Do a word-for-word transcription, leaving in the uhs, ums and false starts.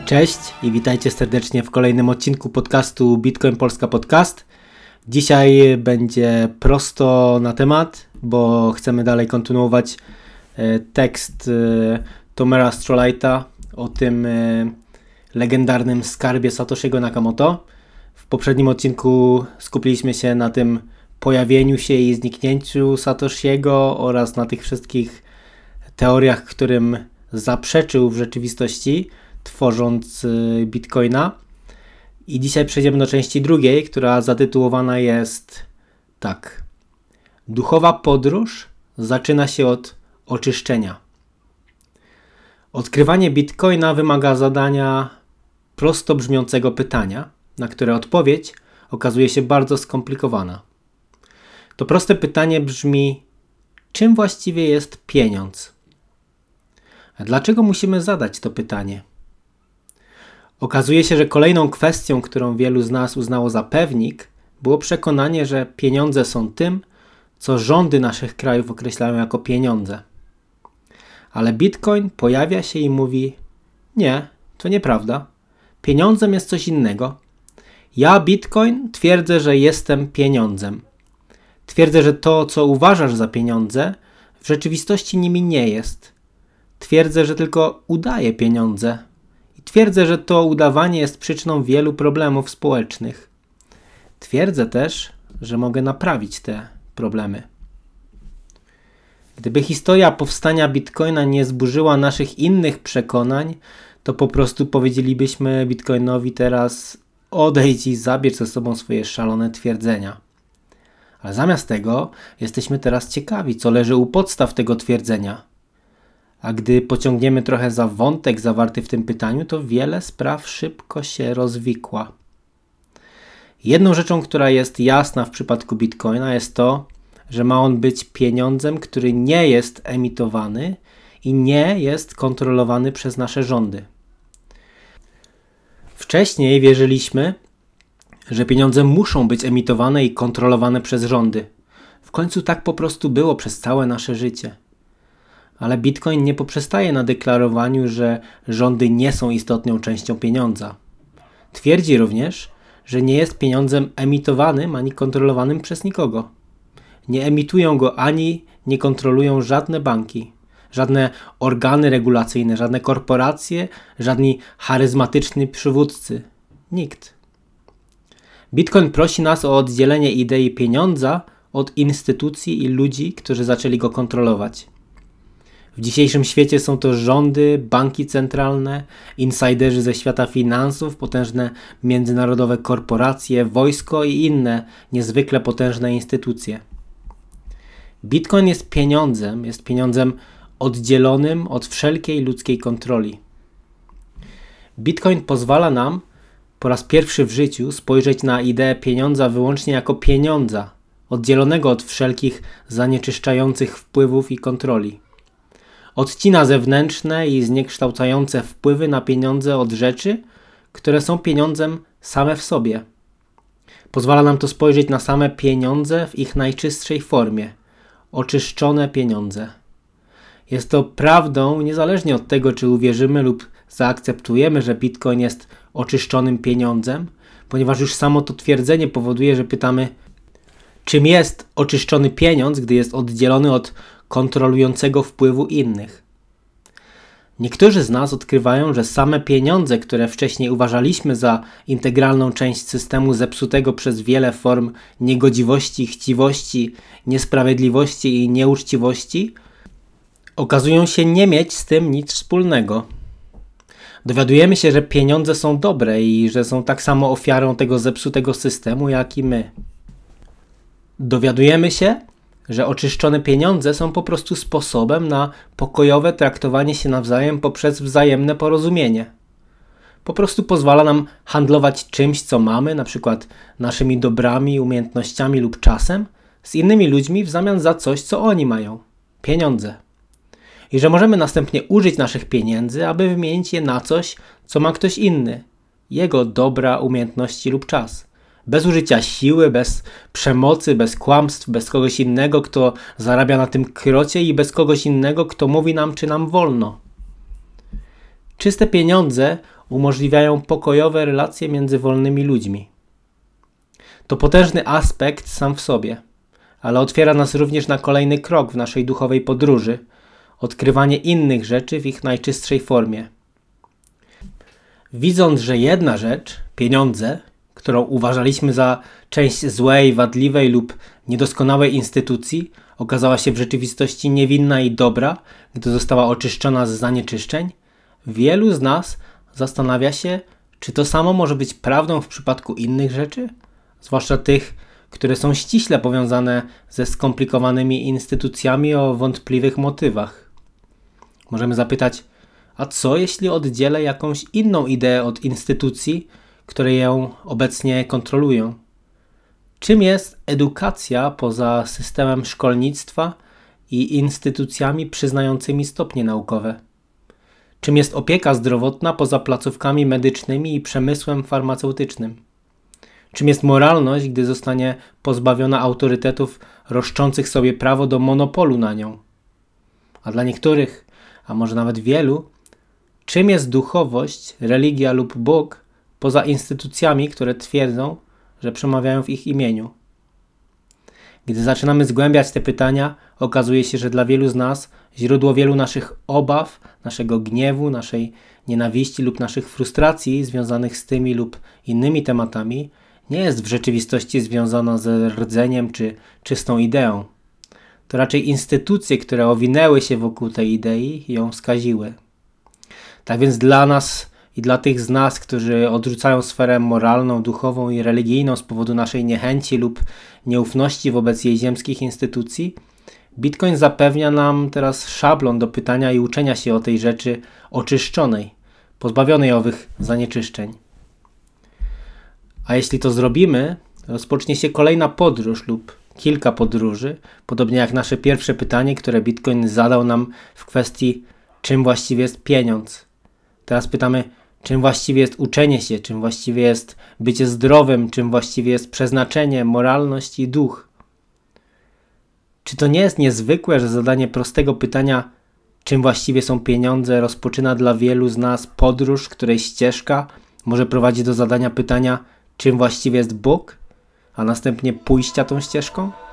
Cześć i witajcie serdecznie w kolejnym odcinku podcastu Bitcoin Polska Podcast. Dzisiaj będzie prosto na temat, bo chcemy dalej kontynuować tekst Tomera Strollite'a o tym legendarnym skarbie Satoshiego Nakamoto. W poprzednim odcinku skupiliśmy się na tym pojawieniu się i zniknięciu Satoshiego oraz na tych wszystkich teoriach, którym zaprzeczył w rzeczywistości, tworząc Bitcoina. I dzisiaj przejdziemy do części drugiej, która zatytułowana jest tak. Duchowa podróż zaczyna się od oczyszczenia. Odkrywanie Bitcoina wymaga zadania prosto brzmiącego pytania, na które odpowiedź okazuje się bardzo skomplikowana. To proste pytanie brzmi: czym właściwie jest pieniądz? A dlaczego musimy zadać to pytanie? Okazuje się, że kolejną kwestią, którą wielu z nas uznało za pewnik, było przekonanie, że pieniądze są tym, co rządy naszych krajów określają jako pieniądze. Ale Bitcoin pojawia się i mówi: nie, to nieprawda. Pieniądzem jest coś innego. Ja, Bitcoin, twierdzę, że jestem pieniądzem. Twierdzę, że to, co uważasz za pieniądze, w rzeczywistości nimi nie jest. Twierdzę, że tylko udaję pieniądze. I twierdzę, że to udawanie jest przyczyną wielu problemów społecznych. Twierdzę też, że mogę naprawić te problemy. Gdyby historia powstania Bitcoina nie zburzyła naszych innych przekonań, to po prostu powiedzielibyśmy Bitcoinowi teraz: odejdź i zabierz ze sobą swoje szalone twierdzenia. Ale zamiast tego jesteśmy teraz ciekawi, co leży u podstaw tego twierdzenia. A gdy pociągniemy trochę za wątek zawarty w tym pytaniu, to wiele spraw szybko się rozwikła. Jedną rzeczą, która jest jasna w przypadku Bitcoina, jest to, że ma on być pieniądzem, który nie jest emitowany i nie jest kontrolowany przez nasze rządy. Wcześniej wierzyliśmy, że pieniądze muszą być emitowane i kontrolowane przez rządy. W końcu tak po prostu było przez całe nasze życie. Ale Bitcoin nie poprzestaje na deklarowaniu, że rządy nie są istotną częścią pieniądza. Twierdzi również, że nie jest pieniądzem emitowanym ani kontrolowanym przez nikogo. Nie emitują go ani nie kontrolują żadne banki, żadne organy regulacyjne, żadne korporacje, żadni charyzmatyczni przywódcy. Nikt. Bitcoin prosi nas o oddzielenie idei pieniądza od instytucji i ludzi, którzy zaczęli go kontrolować. W dzisiejszym świecie są to rządy, banki centralne, insiderzy ze świata finansów, potężne międzynarodowe korporacje, wojsko i inne niezwykle potężne instytucje. Bitcoin jest pieniądzem, jest pieniądzem oddzielonym od wszelkiej ludzkiej kontroli. Bitcoin pozwala nam po raz pierwszy w życiu spojrzeć na ideę pieniądza wyłącznie jako pieniądza, oddzielonego od wszelkich zanieczyszczających wpływów i kontroli. Odcina zewnętrzne i zniekształcające wpływy na pieniądze od rzeczy, które są pieniądzem same w sobie. Pozwala nam to spojrzeć na same pieniądze w ich najczystszej formie. Oczyszczone pieniądze. Jest to prawdą niezależnie od tego, czy uwierzymy lub zaakceptujemy, że Bitcoin jest oczyszczonym pieniądzem, ponieważ już samo to twierdzenie powoduje, że pytamy, czym jest oczyszczony pieniądz, gdy jest oddzielony od kontrolującego wpływu innych. Niektórzy z nas odkrywają, że same pieniądze, które wcześniej uważaliśmy za integralną część systemu zepsutego przez wiele form niegodziwości, chciwości, niesprawiedliwości i nieuczciwości, okazują się nie mieć z tym nic wspólnego. Dowiadujemy się, że pieniądze są dobre i że są tak samo ofiarą tego zepsutego systemu, jak i my. Dowiadujemy się, że oczyszczone pieniądze są po prostu sposobem na pokojowe traktowanie się nawzajem poprzez wzajemne porozumienie. Po prostu pozwala nam handlować czymś, co mamy, na przykład naszymi dobrami, umiejętnościami lub czasem, z innymi ludźmi w zamian za coś, co oni mają – pieniądze. I że możemy następnie użyć naszych pieniędzy, aby wymienić je na coś, co ma ktoś inny – jego dobra, umiejętności lub czas. Bez użycia siły, bez przemocy, bez kłamstw, bez kogoś innego, kto zarabia na tym krocie i bez kogoś innego, kto mówi nam, czy nam wolno. Czyste pieniądze umożliwiają pokojowe relacje między wolnymi ludźmi. To potężny aspekt sam w sobie, ale otwiera nas również na kolejny krok w naszej duchowej podróży, odkrywanie innych rzeczy w ich najczystszej formie. Widząc, że jedna rzecz, pieniądze, którą uważaliśmy za część złej, wadliwej lub niedoskonałej instytucji, okazała się w rzeczywistości niewinna i dobra, gdy została oczyszczona z zanieczyszczeń, wielu z nas zastanawia się, czy to samo może być prawdą w przypadku innych rzeczy, zwłaszcza tych, które są ściśle powiązane ze skomplikowanymi instytucjami o wątpliwych motywach. Możemy zapytać, a co jeśli oddzielę jakąś inną ideę od instytucji, które ją obecnie kontrolują? Czym jest edukacja poza systemem szkolnictwa i instytucjami przyznającymi stopnie naukowe? Czym jest opieka zdrowotna poza placówkami medycznymi i przemysłem farmaceutycznym? Czym jest moralność, gdy zostanie pozbawiona autorytetów roszczących sobie prawo do monopolu na nią? A dla niektórych, a może nawet wielu, czym jest duchowość, religia lub Bóg poza instytucjami, które twierdzą, że przemawiają w ich imieniu? Gdy zaczynamy zgłębiać te pytania, okazuje się, że dla wielu z nas źródło wielu naszych obaw, naszego gniewu, naszej nienawiści lub naszych frustracji związanych z tymi lub innymi tematami nie jest w rzeczywistości związana ze rdzeniem czy czystą ideą. To raczej instytucje, które owinęły się wokół tej idei, ją skaziły. Tak więc dla nas i dla tych z nas, którzy odrzucają sferę moralną, duchową i religijną z powodu naszej niechęci lub nieufności wobec jej ziemskich instytucji, Bitcoin zapewnia nam teraz szablon do pytania i uczenia się o tej rzeczy oczyszczonej, pozbawionej owych zanieczyszczeń. A jeśli to zrobimy, rozpocznie się kolejna podróż lub kilka podróży, podobnie jak nasze pierwsze pytanie, które Bitcoin zadał nam w kwestii, czym właściwie jest pieniądz. Teraz pytamy, czym właściwie jest uczenie się, czym właściwie jest bycie zdrowym, czym właściwie jest przeznaczenie, moralność i duch. Czy to nie jest niezwykłe, że zadanie prostego pytania, czym właściwie są pieniądze, rozpoczyna dla wielu z nas podróż, której ścieżka może prowadzić do zadania pytania, czym właściwie jest Bóg, a następnie pójścia tą ścieżką?